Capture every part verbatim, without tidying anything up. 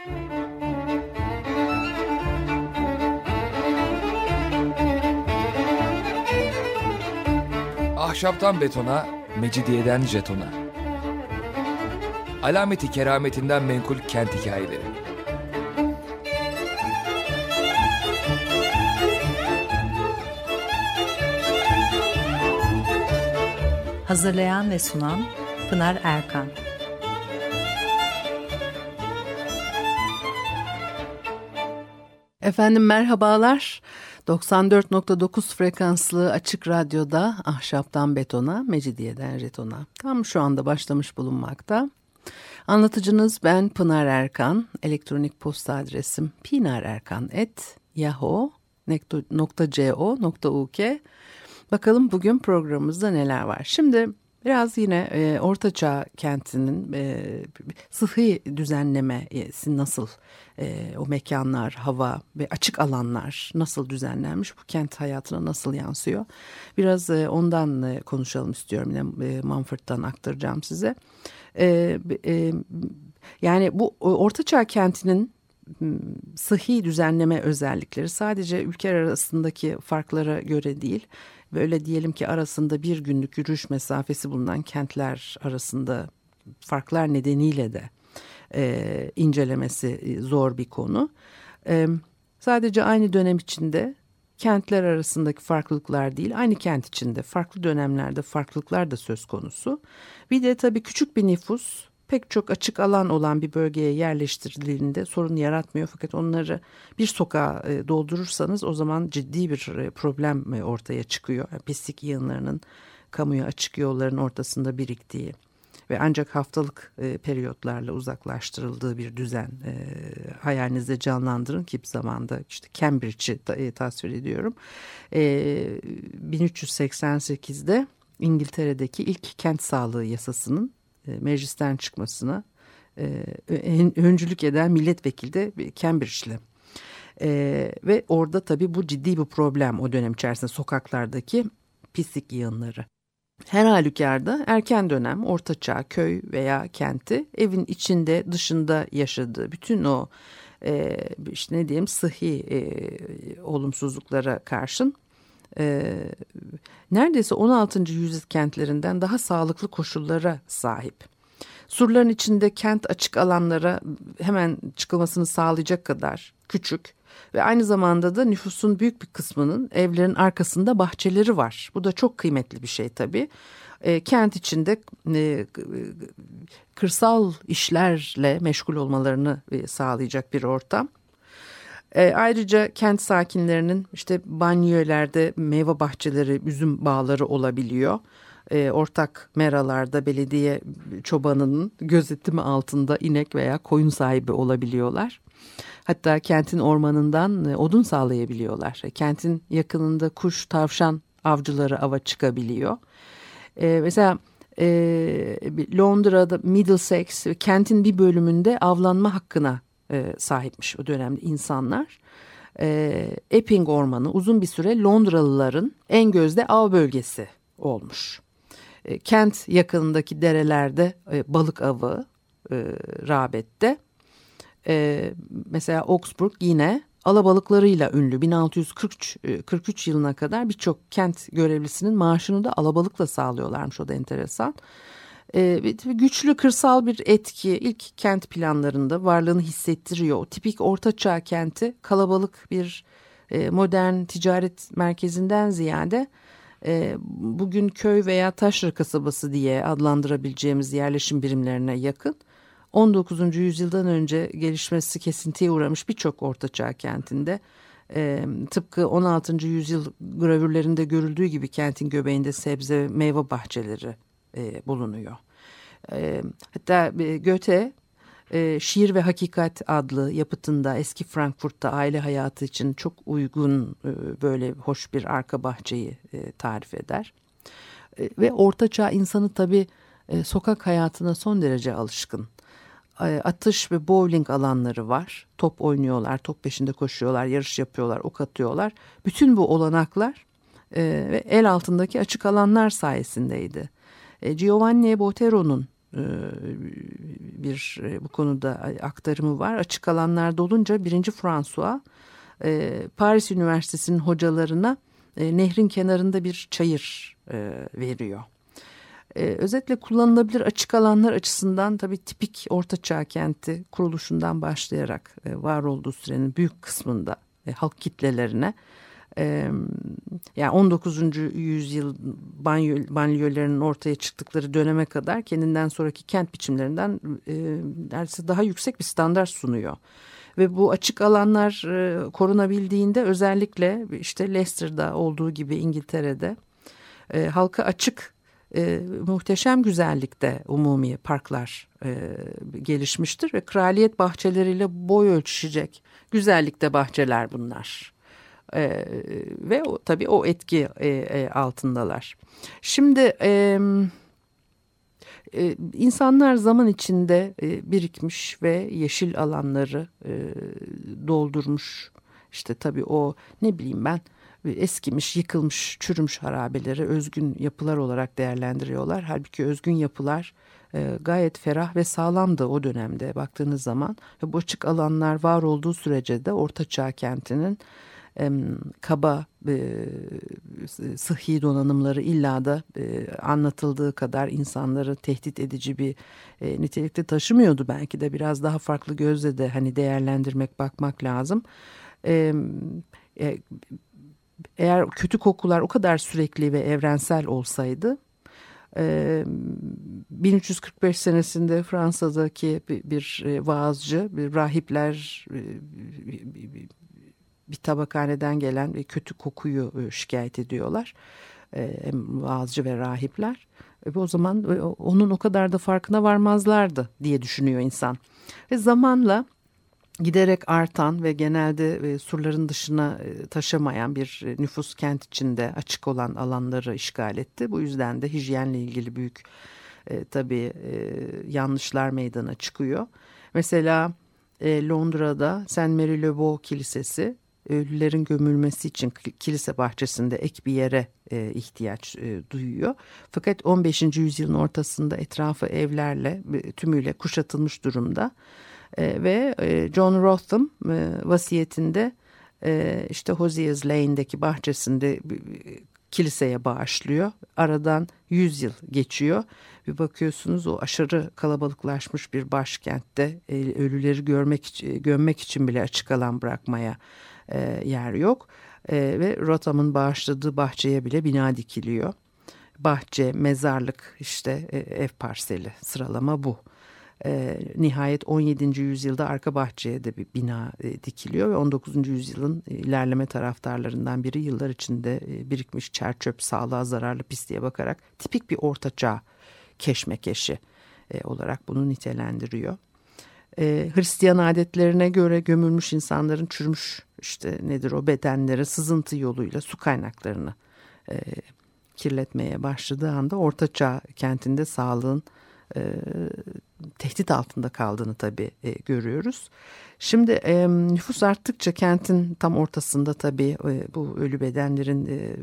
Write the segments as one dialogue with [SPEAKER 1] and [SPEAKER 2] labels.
[SPEAKER 1] Ahşaptan betona, mecidiyeden jetona. Alameti kerametinden menkul kent hikayeleri.
[SPEAKER 2] Hazırlayan ve sunan Pınar Erkan.
[SPEAKER 3] Efendim merhabalar. doksan dört nokta dokuz frekanslı Açık Radyo'da Ahşaptan Betona, Mecidiyeden Jeton'a tam şu anda başlamış bulunmakta. Anlatıcınız ben Pınar Erkan. Elektronik posta adresim pinarerkan at yahoo nokta co nokta uk. Bakalım bugün programımızda neler var. Şimdi biraz yine e, Ortaçağ kentinin e, sıhhi düzenlemesi nasıl, e, o mekanlar, hava ve açık alanlar nasıl düzenlenmiş, bu kent hayatına nasıl yansıyor? Biraz e, ondan e, konuşalım istiyorum. Yine e, Mumford'dan aktaracağım size. E, e, yani bu Ortaçağ kentinin sıhhi düzenleme özellikleri sadece ülkeler arasındaki farklara göre değil, böyle diyelim ki arasında bir günlük yürüyüş mesafesi bulunan kentler arasında farklar nedeniyle de e, incelemesi zor bir konu. E, sadece aynı dönem içinde kentler arasındaki farklılıklar değil, aynı kent içinde farklı dönemlerde farklılıklar da söz konusu. Bir de tabii küçük bir nüfus pek çok açık alan olan bir bölgeye yerleştirildiğinde sorun yaratmıyor. Fakat onları bir sokağa doldurursanız o zaman ciddi bir problem ortaya çıkıyor. Pislik yığınlarının kamuya açık yolların ortasında biriktiği ve ancak haftalık periyotlarla uzaklaştırıldığı bir düzen hayalinizde canlandırın ki bir zamanda işte Cambridge'i tasvir ediyorum. bin üç yüz seksen sekizde İngiltere'deki ilk kent sağlığı yasasının meclisten çıkmasına e, öncülük eden milletvekili de Cambridge'li. E, ve orada tabii bu ciddi bir problem o dönem içerisinde, sokaklardaki pislik yığınları. Her halükarda erken dönem Ortaçağ köy veya kenti evin içinde dışında yaşadığı bütün o e, işte ne diyeyim sıhhi e, olumsuzluklara karşın e, neredeyse on altıncı yüzyıl kentlerinden daha sağlıklı koşullara sahip. Surların içinde kent açık alanlara hemen çıkılmasını sağlayacak kadar küçük ve aynı zamanda da nüfusun büyük bir kısmının evlerin arkasında bahçeleri var. Bu da çok kıymetli bir şey tabii. E, kent içinde e, kırsal işlerle meşgul olmalarını e, sağlayacak bir ortam. E, ayrıca kent sakinlerinin işte banyölerde meyve bahçeleri, üzüm bağları olabiliyor. E, ortak meralarda belediye çobanının gözetimi altında inek veya koyun sahibi olabiliyorlar. Hatta kentin ormanından e, odun sağlayabiliyorlar. E, kentin yakınında kuş, tavşan avcıları ava çıkabiliyor. E, mesela e, Londra'da Middlesex kentin bir bölümünde avlanma hakkına e, sahipmiş o dönemde insanlar. E, Epping Ormanı uzun bir süre Londralıların en gözde av bölgesi olmuş. E, kent yakınındaki derelerde e, balık avı e, rağbette. E, mesela Augsburg yine alabalıklarıyla ünlü. bin altı yüz kırk üç yılına kadar birçok kent görevlisinin maaşını da alabalıkla sağlıyorlarmış. O da enteresan. Ee, güçlü kırsal bir etki ilk kent planlarında varlığını hissettiriyor. O tipik Ortaçağ kenti kalabalık bir e, modern ticaret merkezinden ziyade e, bugün köy veya taşra kasabası diye adlandırabileceğimiz yerleşim birimlerine yakın. on dokuzuncu yüzyıldan önce gelişmesi kesintiye uğramış birçok Ortaçağ kentinde e, tıpkı on altıncı yüzyıl gravürlerinde görüldüğü gibi kentin göbeğinde sebze ve meyve bahçeleri e, bulunuyor. E, hatta e, Goethe e, Şiir ve Hakikat adlı yapıtında eski Frankfurt'ta aile hayatı için çok uygun e, böyle hoş bir arka bahçeyi e, tarif eder. E, ve Ortaçağ insanı tabii e, sokak hayatına son derece alışkın. Atış ve bowling alanları var. Top oynuyorlar, top peşinde koşuyorlar, yarış yapıyorlar, ok atıyorlar. Bütün bu olanaklar e, ve el altındaki açık alanlar sayesindeydi. E, Giovanni Botero'nun e, bir e, bu konuda aktarımı var. Açık alanlarda olunca birinci François e, Paris Üniversitesi'nin hocalarına e, nehrin kenarında bir çayır e, veriyor. Ee, özetle kullanılabilir açık alanlar açısından tabii tipik Ortaçağ kenti kuruluşundan başlayarak e, var olduğu sürenin büyük kısmında e, halk kitlelerine e, yani on dokuzuncu yüzyıl banyo, banliyölerinin ortaya çıktıkları döneme kadar kendinden sonraki kent biçimlerinden e, neredeyse daha yüksek bir standart sunuyor. Ve bu açık alanlar e, korunabildiğinde özellikle işte Leicester'da olduğu gibi İngiltere'de e, halka açık E, muhteşem güzellikte umumi parklar e, gelişmiştir ve kraliyet bahçeleriyle boy ölçüşecek güzellikte bahçeler bunlar. E, ve o, tabii o etki e, e, altındalar. Şimdi e, e, insanlar zaman içinde e, birikmiş ve yeşil alanları e, doldurmuş. İşte tabii o ne bileyim ben eskimiş, yıkılmış, çürümüş harabeleri özgün yapılar olarak değerlendiriyorlar. Halbuki özgün yapılar e, gayet ferah ve sağlamdı o dönemde baktığınız zaman. Ve bu açık alanlar var olduğu sürece de Ortaçağ kentinin e, kaba e, sıhhi donanımları illa da e, anlatıldığı kadar insanları tehdit edici bir e, nitelikte taşımıyordu. Belki de biraz daha farklı gözle de hani değerlendirmek, bakmak lazım. E, e, Eğer kötü kokular o kadar sürekli ve evrensel olsaydı bin üç yüz kırk beş senesinde Fransa'daki bir vaazcı, bir rahipler bir tabakhaneden gelen kötü kokuyu şikayet ediyorlar. Hem vaazcı ve rahipler. O zaman onun o kadar da farkına varmazlardı diye düşünüyor insan. Ve zamanla giderek artan ve genelde e, surların dışına e, taşımayan bir e, nüfus kent içinde açık olan alanları işgal etti. Bu yüzden de hijyenle ilgili büyük e, tabii e, yanlışlar meydana çıkıyor. Mesela e, Londra'da Saint Mary Le Bow Kilisesi ölülerin gömülmesi için kilise bahçesinde ek bir yere e, ihtiyaç e, duyuyor. Fakat on beşinci yüzyılın ortasında etrafı evlerle e, tümüyle kuşatılmış durumda. E, ve e, John Rotham e, vasiyetinde e, işte Hosiers Lane'deki bahçesinde e, kiliseye bağışlıyor. Aradan yüz yıl geçiyor. Bir bakıyorsunuz o aşırı kalabalıklaşmış bir başkentte e, ölüleri görmek için, gömmek için bile açık alan bırakmaya e, yer yok. E, ve Rotham'ın bağışladığı bahçeye bile bina dikiliyor. Bahçe, mezarlık, işte e, ev parseli, sıralama bu. E, nihayet on yedinci yüzyılda arka bahçeye de bir bina e, dikiliyor ve on dokuzuncu yüzyılın e, ilerleme taraftarlarından biri yıllar içinde e, birikmiş çer çöp, sağlığa zararlı pisliğe bakarak tipik bir ortaçağ keşmekeşi e, olarak bunu nitelendiriyor. E, Hristiyan adetlerine göre gömülmüş insanların çürümüş işte nedir o bedenleri sızıntı yoluyla su kaynaklarını e, kirletmeye başladığı anda Ortaçağ kentinde sağlığın e, tehdit altında kaldığını tabii e, görüyoruz. Şimdi e, nüfus arttıkça kentin tam ortasında tabii e, bu ölü bedenlerin e,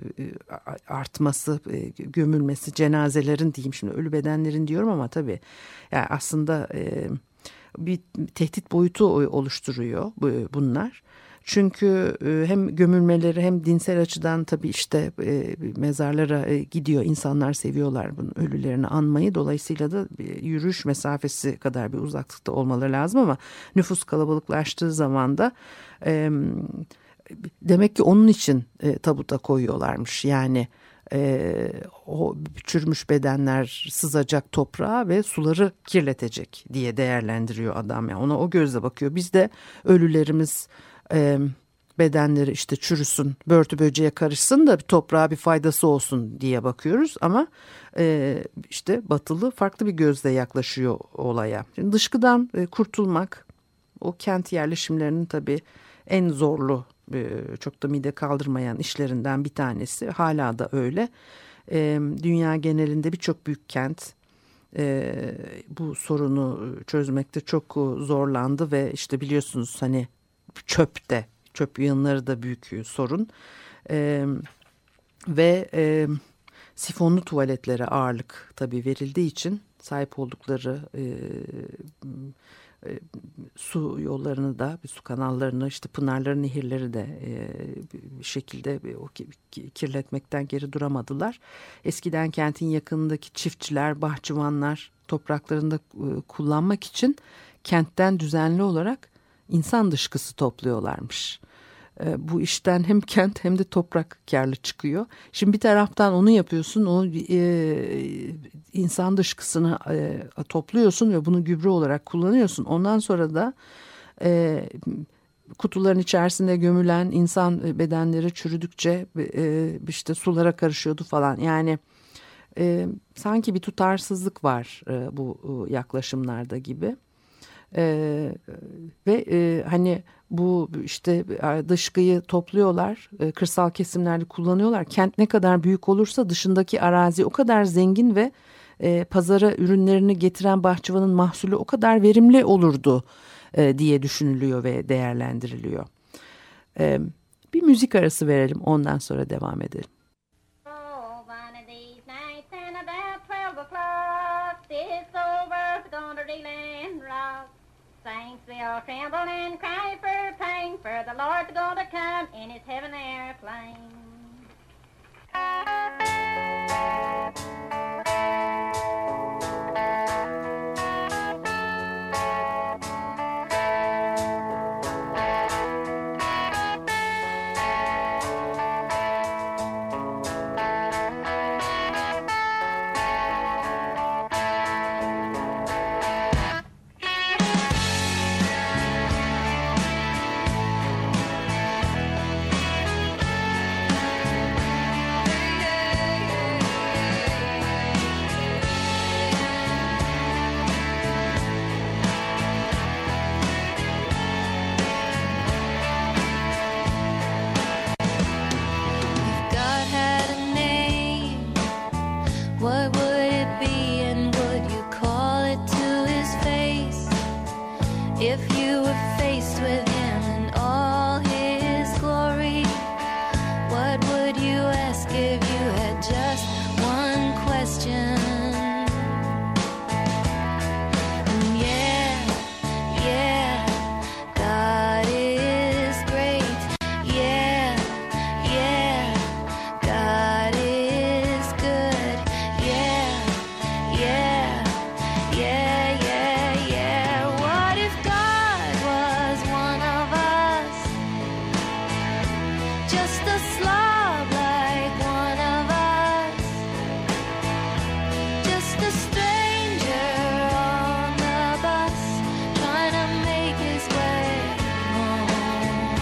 [SPEAKER 3] artması, e, gömülmesi, cenazelerin diyeyim şimdi ölü bedenlerin diyorum ama tabii yani aslında e, bir tehdit boyutu oluşturuyor bunlar. Çünkü hem gömülmeleri hem dinsel açıdan tabii işte mezarlara gidiyor. İnsanlar seviyorlar bunun ölülerini anmayı. Dolayısıyla da yürüyüş mesafesi kadar bir uzaklıkta olmaları lazım ama nüfus kalabalıklaştığı zaman da demek ki onun için tabuta koyuyorlarmış. Yani Ee, o çürümüş bedenler sızacak toprağa ve suları kirletecek diye değerlendiriyor adam. Yani ona o gözle bakıyor. Biz de ölülerimiz e, bedenleri işte çürüsün, börtü böceğe karışsın da bir toprağa bir faydası olsun diye bakıyoruz. Ama e, işte Batılı farklı bir gözle yaklaşıyor olaya. Şimdi dışkıdan e, kurtulmak o kent yerleşimlerinin tabii en zorlu, çok da mide kaldırmayan işlerinden bir tanesi. Hala da öyle. Dünya genelinde birçok büyük kent bu sorunu çözmekte çok zorlandı ve işte biliyorsunuz hani çöp de, çöp yığınları da büyük sorun. Ve sifonlu tuvaletlere ağırlık tabii verildiği için sahip oldukları e, e, su yollarını da, su kanallarını, işte pınarları, nehirleri de e, bir şekilde o kirletmekten geri duramadılar. Eskiden kentin yakınındaki çiftçiler, bahçıvanlar topraklarında e, kullanmak için kentten düzenli olarak insan dışkısı topluyorlarmış. E, bu işten hem kent hem de toprak karlı çıkıyor. Şimdi bir taraftan onu yapıyorsun, o e, insan dışkısını e, topluyorsun ve bunu gübre olarak kullanıyorsun. Ondan sonra da e, kutuların içerisinde gömülen insan bedenleri çürüdükçe e, işte sulara karışıyordu falan. Yani e, sanki bir tutarsızlık var e, bu yaklaşımlarda gibi. Ee, ve e, hani bu işte dışkıyı topluyorlar, e, kırsal kesimlerde kullanıyorlar. Kent ne kadar büyük olursa dışındaki arazi o kadar zengin ve e, pazara ürünlerini getiren bahçıvanın mahsulü o kadar verimli olurdu e, diye düşünülüyor ve değerlendiriliyor. E, bir müzik arası verelim, ondan sonra devam edelim.
[SPEAKER 4] Saints we all tremble and cry for pain, for the Lord's gonna come in his heaven airplane.
[SPEAKER 5] What would it be, and would you call it to his face? If you were faced with him in all his glory, what would you ask if you had just one question? And yeah, yeah, God is great. Yeah, yeah, God is good. Yeah, yeah, yeah, yeah, yeah. What if God was one of us? Just a slob like one of us. Just a stranger on the bus, trying to make his way home.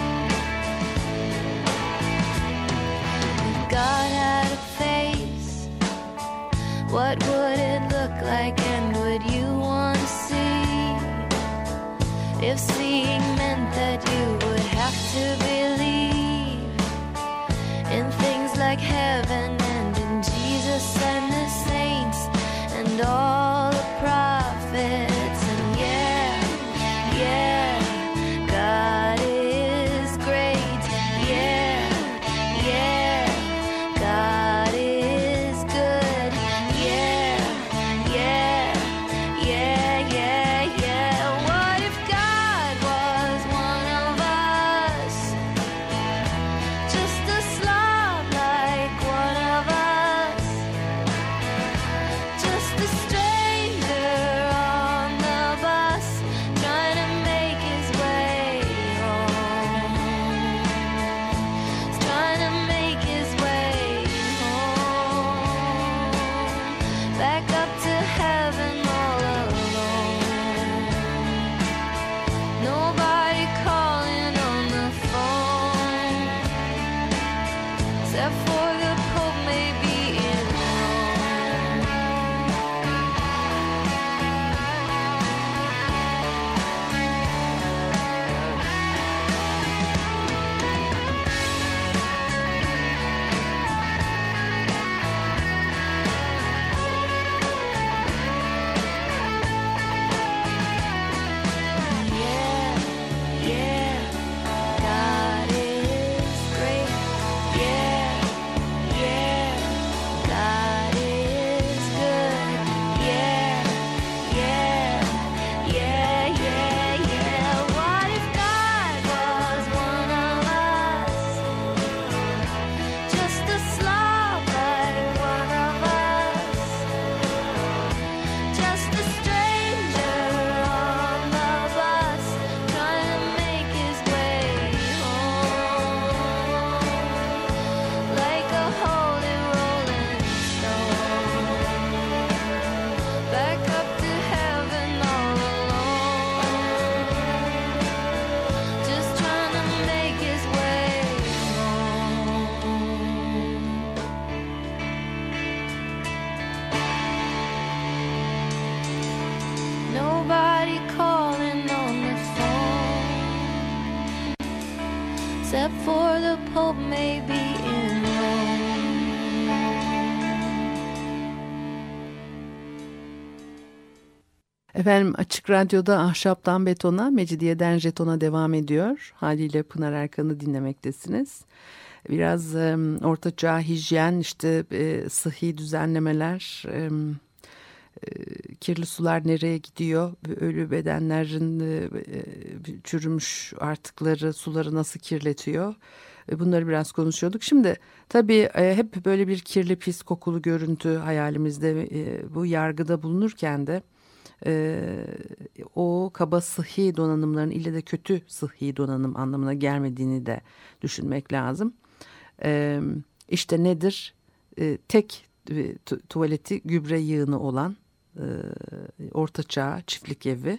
[SPEAKER 5] If God had a face, what would it look like, and would you want to see? If seeing meant that you would have to believe in things like heaven and in Jesus and the saints and all the prophets. And yeah, yeah, God is great. Yeah, yeah, God is good. Yeah, yeah, yeah, yeah, yeah. What if God was one of us? except for the Pope maybe in Rome.
[SPEAKER 3] Efendim Açık Radyo'da Ahşaptan Betona, Mecidiyeden Jeton'a devam ediyor. Haliyle Pınar Erkan'ı dinlemektesiniz. Biraz e, ortaçağ hijyen, işte e, sıhhi düzenlemeler, e, e, kirli sular nereye gidiyor, ölü bedenlerin e, e, çürümüş artıkları suları nasıl kirletiyor? E, bunları biraz konuşuyorduk. Şimdi tabii e, hep böyle bir kirli, pis, kokulu görüntü hayalimizde, e, bu yargıda bulunurken de Ee, o kaba sıhhi donanımların ille de kötü sıhhi donanım anlamına gelmediğini de düşünmek lazım. Ee, işte nedir? Ee, tek e, tu- tuvaleti gübre yığını olan e, ortaçağ çiftlik evi.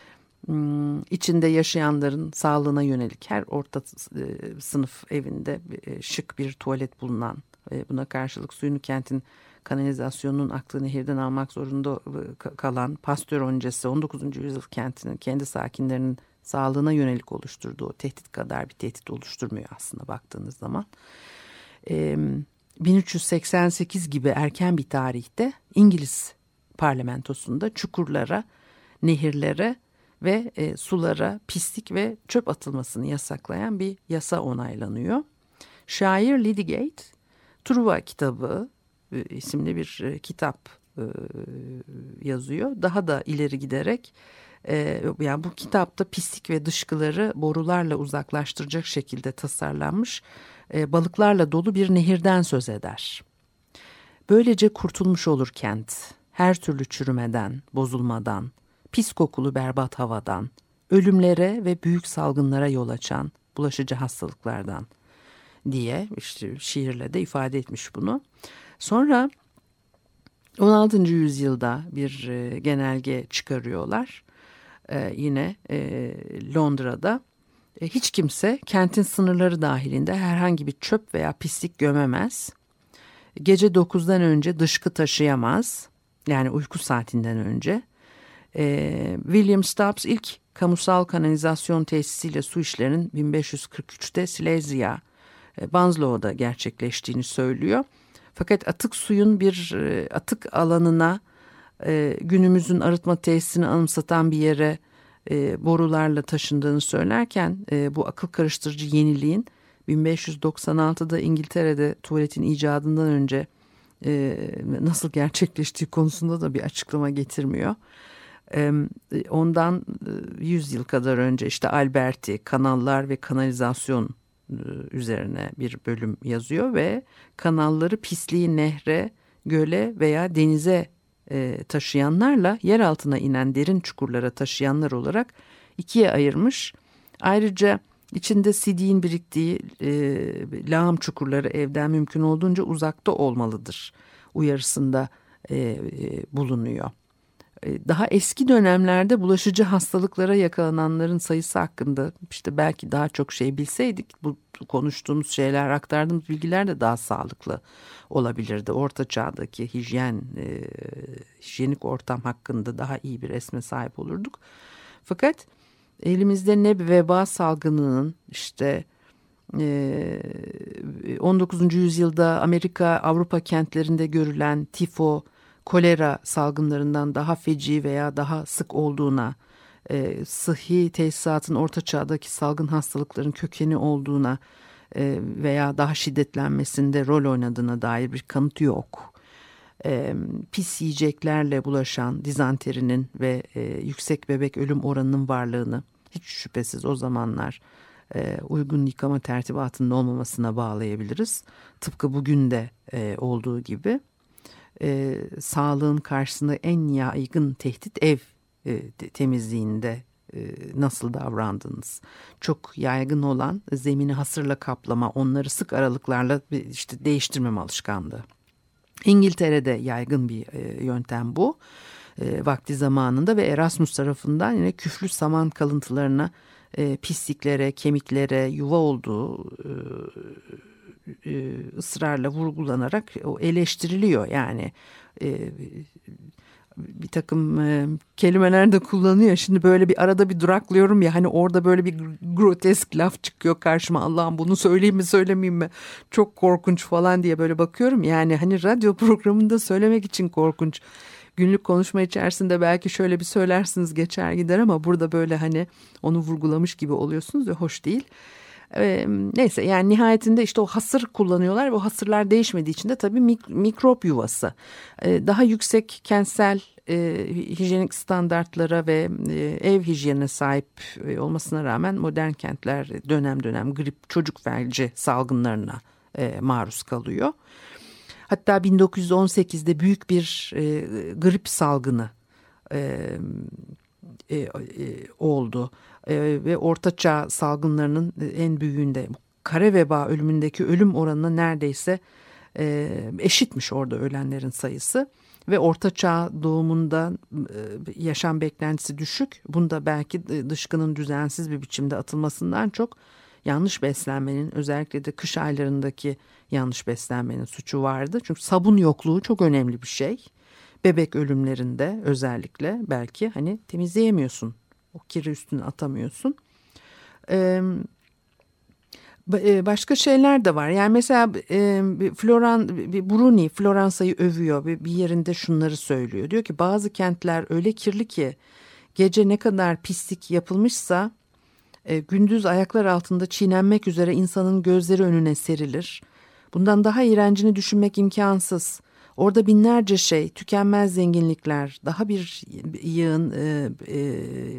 [SPEAKER 3] Hmm, içinde yaşayanların sağlığına yönelik her orta e, sınıf evinde e, şık bir tuvalet bulunan, e, buna karşılık suyunu kentin kanalizasyonunun aklı nehirden almak zorunda kalan Pasteur öncesi on dokuzuncu yüzyıl kentinin kendi sakinlerinin sağlığına yönelik oluşturduğu tehdit kadar bir tehdit oluşturmuyor aslında baktığınız zaman. Ee, bin üç yüz seksen sekiz gibi erken bir tarihte İngiliz parlamentosunda çukurlara, nehirlere ve e, sulara pislik ve çöp atılmasını yasaklayan bir yasa onaylanıyor. Şair Lydgate, Truva kitabı isimli bir e, kitap e, yazıyor. Daha da ileri giderek e, yani bu kitapta pislik ve dışkıları borularla uzaklaştıracak şekilde tasarlanmış e, balıklarla dolu bir nehirden söz eder. Böylece kurtulmuş olur kent. Her türlü çürümeden, bozulmadan, pis kokulu berbat havadan, ölümlere ve büyük salgınlara yol açan bulaşıcı hastalıklardan diye işte şiirle de ifade etmiş bunu. Sonra on altıncı yüzyılda bir e, genelge çıkarıyorlar. E, yine e, Londra'da e, hiç kimse kentin sınırları dahilinde herhangi bir çöp veya pislik gömemez. Gece dokuzdan önce dışkı taşıyamaz. Yani uyku saatinden önce. E, William Stubbs ilk kamusal kanalizasyon tesisiyle su işlerinin bin beş yüz kırk üçte Silesia, e, Banzlow'da gerçekleştiğini söylüyor. Fakat atık suyun bir e, atık alanına, e, günümüzün arıtma tesisini anımsatan bir yere e, borularla taşındığını söylerken e, bu akıl karıştırıcı yeniliğin bin beş yüz doksan altıda İngiltere'de tuvaletin icadından önce e, nasıl gerçekleştiği konusunda da bir açıklama getirmiyor. E, ondan yüz yıl kadar önce işte Alberti, kanallar ve kanalizasyon üzerine bir bölüm yazıyor ve kanalları pisliği nehre, göle veya denize e, taşıyanlarla yer altına inen derin çukurlara taşıyanlar olarak ikiye ayırmış. Ayrıca içinde sidiğin biriktiği e, lağım çukurları evden mümkün olduğunca uzakta olmalıdır uyarısında e, e, bulunuyor. Daha eski dönemlerde bulaşıcı hastalıklara yakalananların sayısı hakkında işte belki daha çok şey bilseydik bu konuştuğumuz şeyler, aktardığımız bilgiler de daha sağlıklı olabilirdi. Orta çağdaki hijyen, e, hijyenik ortam hakkında daha iyi bir resme sahip olurduk. Fakat elimizde ne bir veba salgınının işte e, on dokuzuncu yüzyılda Amerika, Avrupa kentlerinde görülen tifo, kolera salgınlarından daha feci veya daha sık olduğuna, e, sıhhi tesisatın orta çağdaki salgın hastalıkların kökeni olduğuna e, veya daha şiddetlenmesinde rol oynadığına dair bir kanıt yok. E, pis yiyeceklerle bulaşan dizanterinin ve e, yüksek bebek ölüm oranının varlığını hiç şüphesiz o zamanlar e, uygun yıkama tertibatının olmamasına bağlayabiliriz. Tıpkı bugün de e, olduğu gibi. E, sağlığın karşısında en yaygın tehdit ev e, temizliğinde e, nasıl davrandınız? Çok yaygın olan zemini hasırla kaplama, onları sık aralıklarla işte değiştirmeme alışkanlığı. İngiltere'de yaygın bir e, yöntem bu. E, vakti zamanında ve Erasmus tarafından yine küflü saman kalıntılarına, e, pisliklere, kemiklere yuva olduğu e, ısrarla vurgulanarak o eleştiriliyor. Yani e, bir takım e, kelimeler de kullanıyor. Şimdi böyle bir arada bir duraklıyorum ya, hani orada böyle bir grotesk laf çıkıyor karşıma. Allah'ım bunu söyleyeyim mi söylemeyeyim mi? Çok korkunç falan diye böyle bakıyorum. Yani hani radyo programında söylemek için korkunç. Günlük konuşma içerisinde belki şöyle bir söylersiniz geçer gider ama burada böyle hani onu vurgulamış gibi oluyorsunuz ve hoş değil. Ee, neyse yani nihayetinde işte o hasır kullanıyorlar ve o hasırlar değişmediği için de tabii mik- mikrop yuvası. Ee, daha yüksek kentsel e, hijyenik standartlara ve e, ev hijyenine sahip e, olmasına rağmen modern kentler dönem dönem grip, çocuk felci salgınlarına e, maruz kalıyor. Hatta bin dokuz yüz on sekizde büyük bir e, grip salgını e, e, e, oldu. E, ve ortaçağ salgınlarının en büyüğünde kara veba ölümündeki ölüm oranına neredeyse e, eşitmiş orada ölenlerin sayısı. Ve ortaçağ doğumunda e, yaşam beklentisi düşük. Bunda belki dışkının düzensiz bir biçimde atılmasından çok yanlış beslenmenin, özellikle de kış aylarındaki yanlış beslenmenin suçu vardı. Çünkü sabun yokluğu çok önemli bir şey. Bebek ölümlerinde özellikle belki hani temizleyemiyorsun. O kiri üstüne atamıyorsun. Ee, başka şeyler de var. Yani mesela e, Floran, Bruni Floransa'yı övüyor. Bir yerinde şunları söylüyor. Diyor ki bazı kentler öyle kirli ki gece ne kadar pislik yapılmışsa e, gündüz ayaklar altında çiğnenmek üzere insanın gözleri önüne serilir. Bundan daha iğrencini düşünmek imkansız. Orada binlerce şey, tükenmez zenginlikler, daha bir yığın e, e,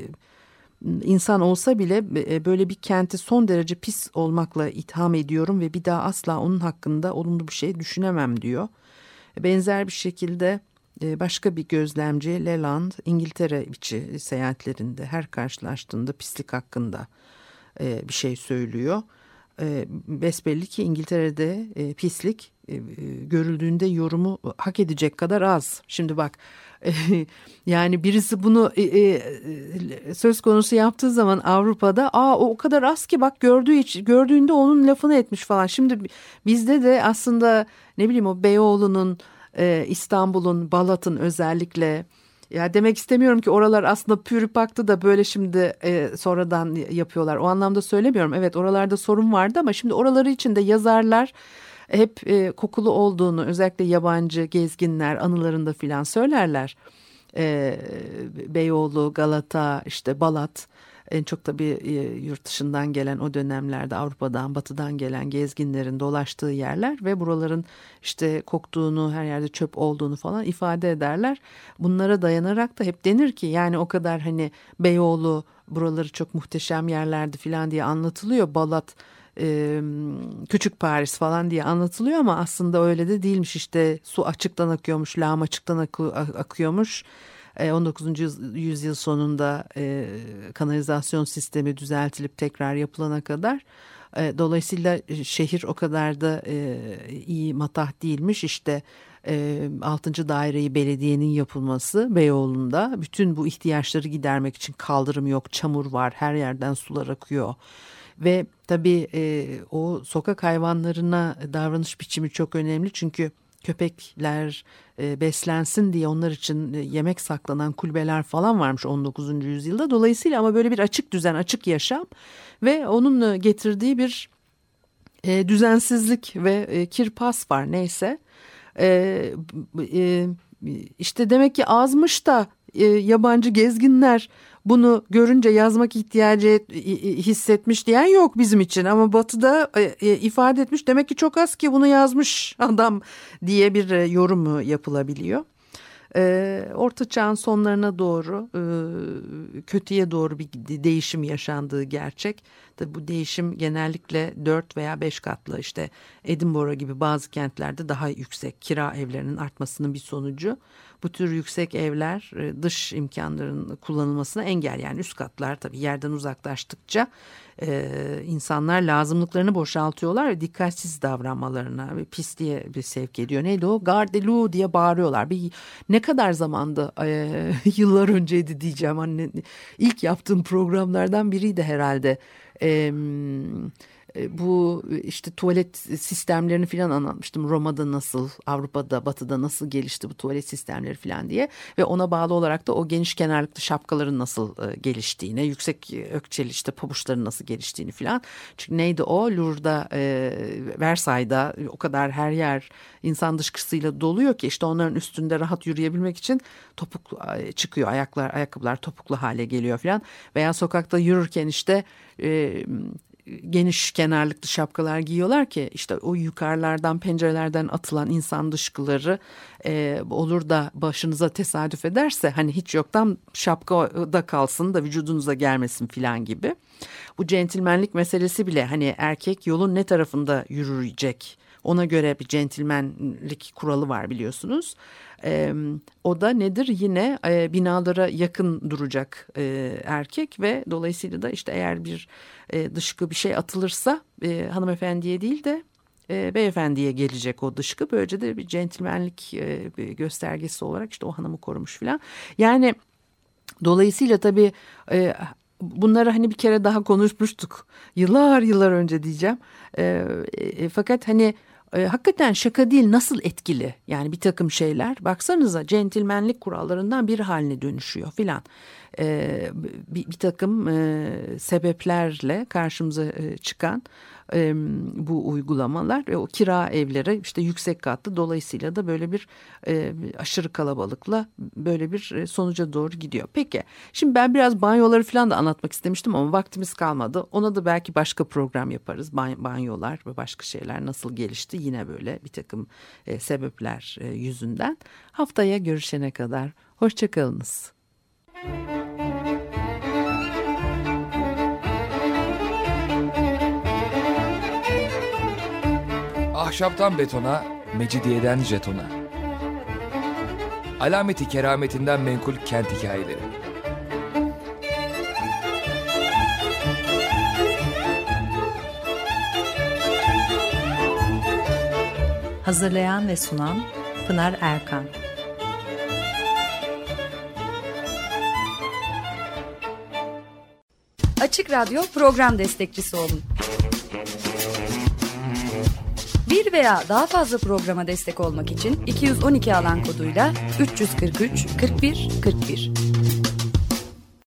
[SPEAKER 3] insan olsa bile e, böyle bir kenti son derece pis olmakla itham ediyorum ve bir daha asla onun hakkında olumlu bir şey düşünemem diyor. Benzer bir şekilde e, başka bir gözlemci Leland, İngiltere içi seyahatlerinde her karşılaştığında pislik hakkında e, bir şey söylüyor. E, besbelli ki İngiltere'de e, pislik e, görüldüğünde yorumu hak edecek kadar az. Şimdi bak e, yani birisi bunu e, e, söz konusu yaptığı zaman Avrupa'da aa o, o kadar az ki bak gördüğü hiç, gördüğünde onun lafını etmiş falan. Şimdi bizde de aslında ne bileyim o Beyoğlu'nun, e, İstanbul'un, Balat'ın özellikle. Ya demek istemiyorum ki oralar aslında pürüpaktı da böyle şimdi e, sonradan yapıyorlar. O anlamda söylemiyorum. Evet oralarda sorun vardı ama şimdi oraları için de yazarlar hep e, kokulu olduğunu, özellikle yabancı gezginler anılarında filan söylerler. E, Beyoğlu, Galata, işte Balat, en çok tabii e, yurt dışından gelen o dönemlerde Avrupa'dan, Batı'dan gelen gezginlerin dolaştığı yerler ve buraların işte koktuğunu, her yerde çöp olduğunu falan ifade ederler. Bunlara dayanarak da hep denir ki yani o kadar hani Beyoğlu buraları çok muhteşem yerlerdi falan diye anlatılıyor. Balat, e, küçük Paris falan diye anlatılıyor ama aslında öyle de değilmiş. İşte su açıktan akıyormuş, lağım açıktan akı, akıyormuş. on dokuzuncu yüzyıl sonunda e, kanalizasyon sistemi düzeltilip tekrar yapılana kadar. E, dolayısıyla şehir o kadar da e, iyi matah değilmiş. İşte e, altıncı daireyi belediyenin yapılması Beyoğlu'nda bütün bu ihtiyaçları gidermek için kaldırım yok, çamur var, her yerden sular akıyor. Ve tabii e, o sokak hayvanlarına davranış biçimi çok önemli çünkü köpekler e, beslensin diye onlar için e, yemek saklanan kulübeler falan varmış on dokuzuncu yüzyılda. Dolayısıyla ama böyle bir açık düzen, açık yaşam ve onun getirdiği bir e, düzensizlik ve e, kirpas var neyse. E, e, işte demek ki azmış da e, yabancı gezginler bunu görünce yazmak ihtiyacı hissetmiş diyen yok bizim için ama Batı'da e, ifade etmiş demek ki çok az ki bunu yazmış adam diye bir e, yorum yapılabiliyor. E, Orta Çağ'ın sonlarına doğru e, kötüye doğru bir değişim yaşandığı gerçek. Tabii bu değişim genellikle dört veya beş katlı işte Edinburgh gibi bazı kentlerde daha yüksek kira evlerinin artmasının bir sonucu. Bu tür yüksek evler dış imkanların kullanılmasına engel yani üst katlar tabii yerden uzaklaştıkça e, insanlar lazımlıklarını boşaltıyorlar ve dikkatsiz davranmalarına ve pisliğe bir sevk ediyor. Neydi o? Gardelou diye bağırıyorlar. Bir, ne kadar zamandı? E, yıllar önceydi diyeceğim. Hani ilk yaptığım programlardan biriydi herhalde. E, bu işte tuvalet sistemlerini falan anlatmıştım. Roma'da nasıl, Avrupa'da, Batı'da nasıl gelişti bu tuvalet sistemleri falan diye. Ve ona bağlı olarak da o geniş kenarlıklı şapkaların nasıl geliştiğini, yüksek ökçeli işte pabuçların nasıl geliştiğini falan. Çünkü neydi o? Louvre'da, e, Versailles'da o kadar her yer insan dışkısıyla doluyor ki işte onların üstünde rahat yürüyebilmek için topuk çıkıyor. Ayaklar, ayakkabılar topuklu hale geliyor falan. Veya sokakta yürürken işte e, geniş kenarlıklı şapkalar giyiyorlar ki işte o yukarılardan, pencerelerden atılan insan dışkıları e, olur da başınıza tesadüf ederse hani hiç yoktan şapkada kalsın da vücudunuza gelmesin filan gibi. Bu centilmenlik meselesi bile hani erkek yolun ne tarafında yürüyecek, ona göre bir centilmenlik kuralı var biliyorsunuz. Ee, o da nedir? Yine e, binalara yakın duracak e, erkek ve dolayısıyla da işte eğer bir e, dışkı bir şey atılırsa e, hanımefendiye değil de e, beyefendiye gelecek o dışkı. Böylece de bir centilmenlik e, bir göstergesi olarak işte o hanımı korumuş falan. Yani dolayısıyla tabii e, bunları hani bir kere daha konuşmuştuk. Yıllar yıllar önce diyeceğim. E, e, fakat hani E, hakikaten şaka değil, nasıl etkili yani bir takım şeyler, baksanıza centilmenlik kurallarından bir haline dönüşüyor filan. E, bir, bir takım e, sebeplerle karşımıza e, çıkan e, bu uygulamalar ve o kira evleri işte yüksek katlı, dolayısıyla da böyle bir e, aşırı kalabalıkla böyle bir e, sonuca doğru gidiyor. Peki şimdi ben biraz banyoları falan da anlatmak istemiştim ama vaktimiz kalmadı. Ona da belki başka program yaparız. Bany- banyolar ve başka şeyler nasıl gelişti yine böyle bir takım e, sebepler e, yüzünden. Haftaya görüşene kadar hoşçakalınız.
[SPEAKER 1] Ahşaptan betona, mecidiyeden jetona. Alameti kerametinden menkul kent hikayeleri.
[SPEAKER 2] Hazırlayan ve sunan Pınar Erkan.
[SPEAKER 6] Açık Radyo program destekçisi olun. Bir veya daha fazla programa destek olmak için iki yüz on iki alan koduyla üç yüz kırk üç kırk bir kırk bir.